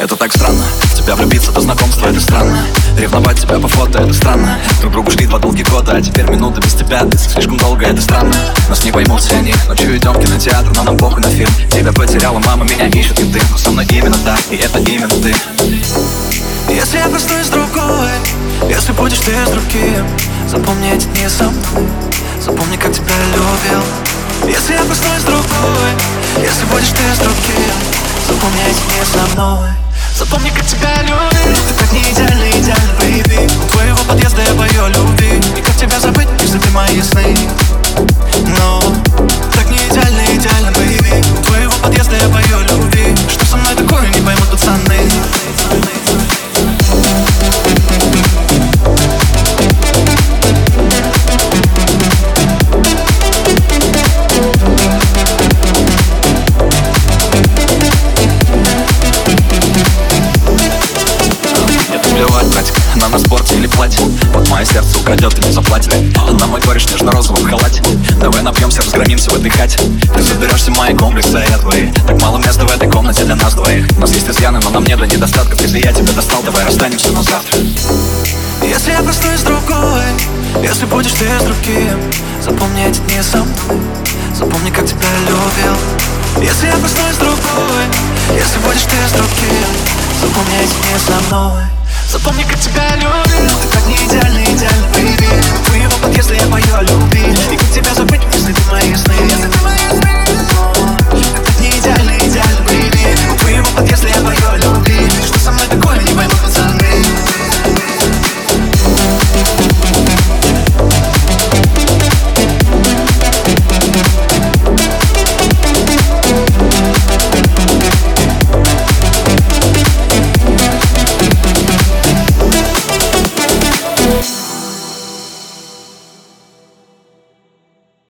Это так странно, в тебя влюбиться до знакомства, это странно. Ревновать тебя по фото, это странно. Друг другу шли 2 долгих года, а теперь минуты без тебя длится слишком долго, это странно. Нас не поймут все они, ночью идем в кинотеатр, но нам похуй на фильм. Тебя потеряла мама, меня ищет и ты, но со мной именно так, и это именно ты. Если я проснусь с другой, если будешь ты с другим, запомни эти дни со мной, запомни, как тебя любил. Если я проснусь с другой, если будешь ты с другим, запомни эти дни со мной, запомни, как тебя любил. Ты так не идеальна, идеальна, бэйби. У твоего подъезда я пою о любви. И как тебя забыть, если ты мои сны? Но так не идеальна, идеальна, бэйби. У твоего подъезда я пою о любви. Что со мной такое, не поймут пацаны. Она на спорте или платье, под мое сердце украдет и не заплатит. Она мой кореш в нежно-розовом халате. Давай напьемся, разгромимся в этой хате. Ты заберешься мои комплексы, а я твои. Так мало места в этой комнате для нас двоих. У нас есть изъяны, но нам нет недостатков. Если я тебя достал, давай расстанемся на завтра. Если я проснусь с другой, если будешь ты с другим, запомни эти дни со мной, запомни, как тебя любил. Если я проснусь с другой, если будешь ты с другим, запомни эти дни со мной, запомни, как тебя любил. Ты так не идеальна, идеальна, бэйби. У твоего подъезда я пою о любви. И как тебя забыть, если ты мои сны?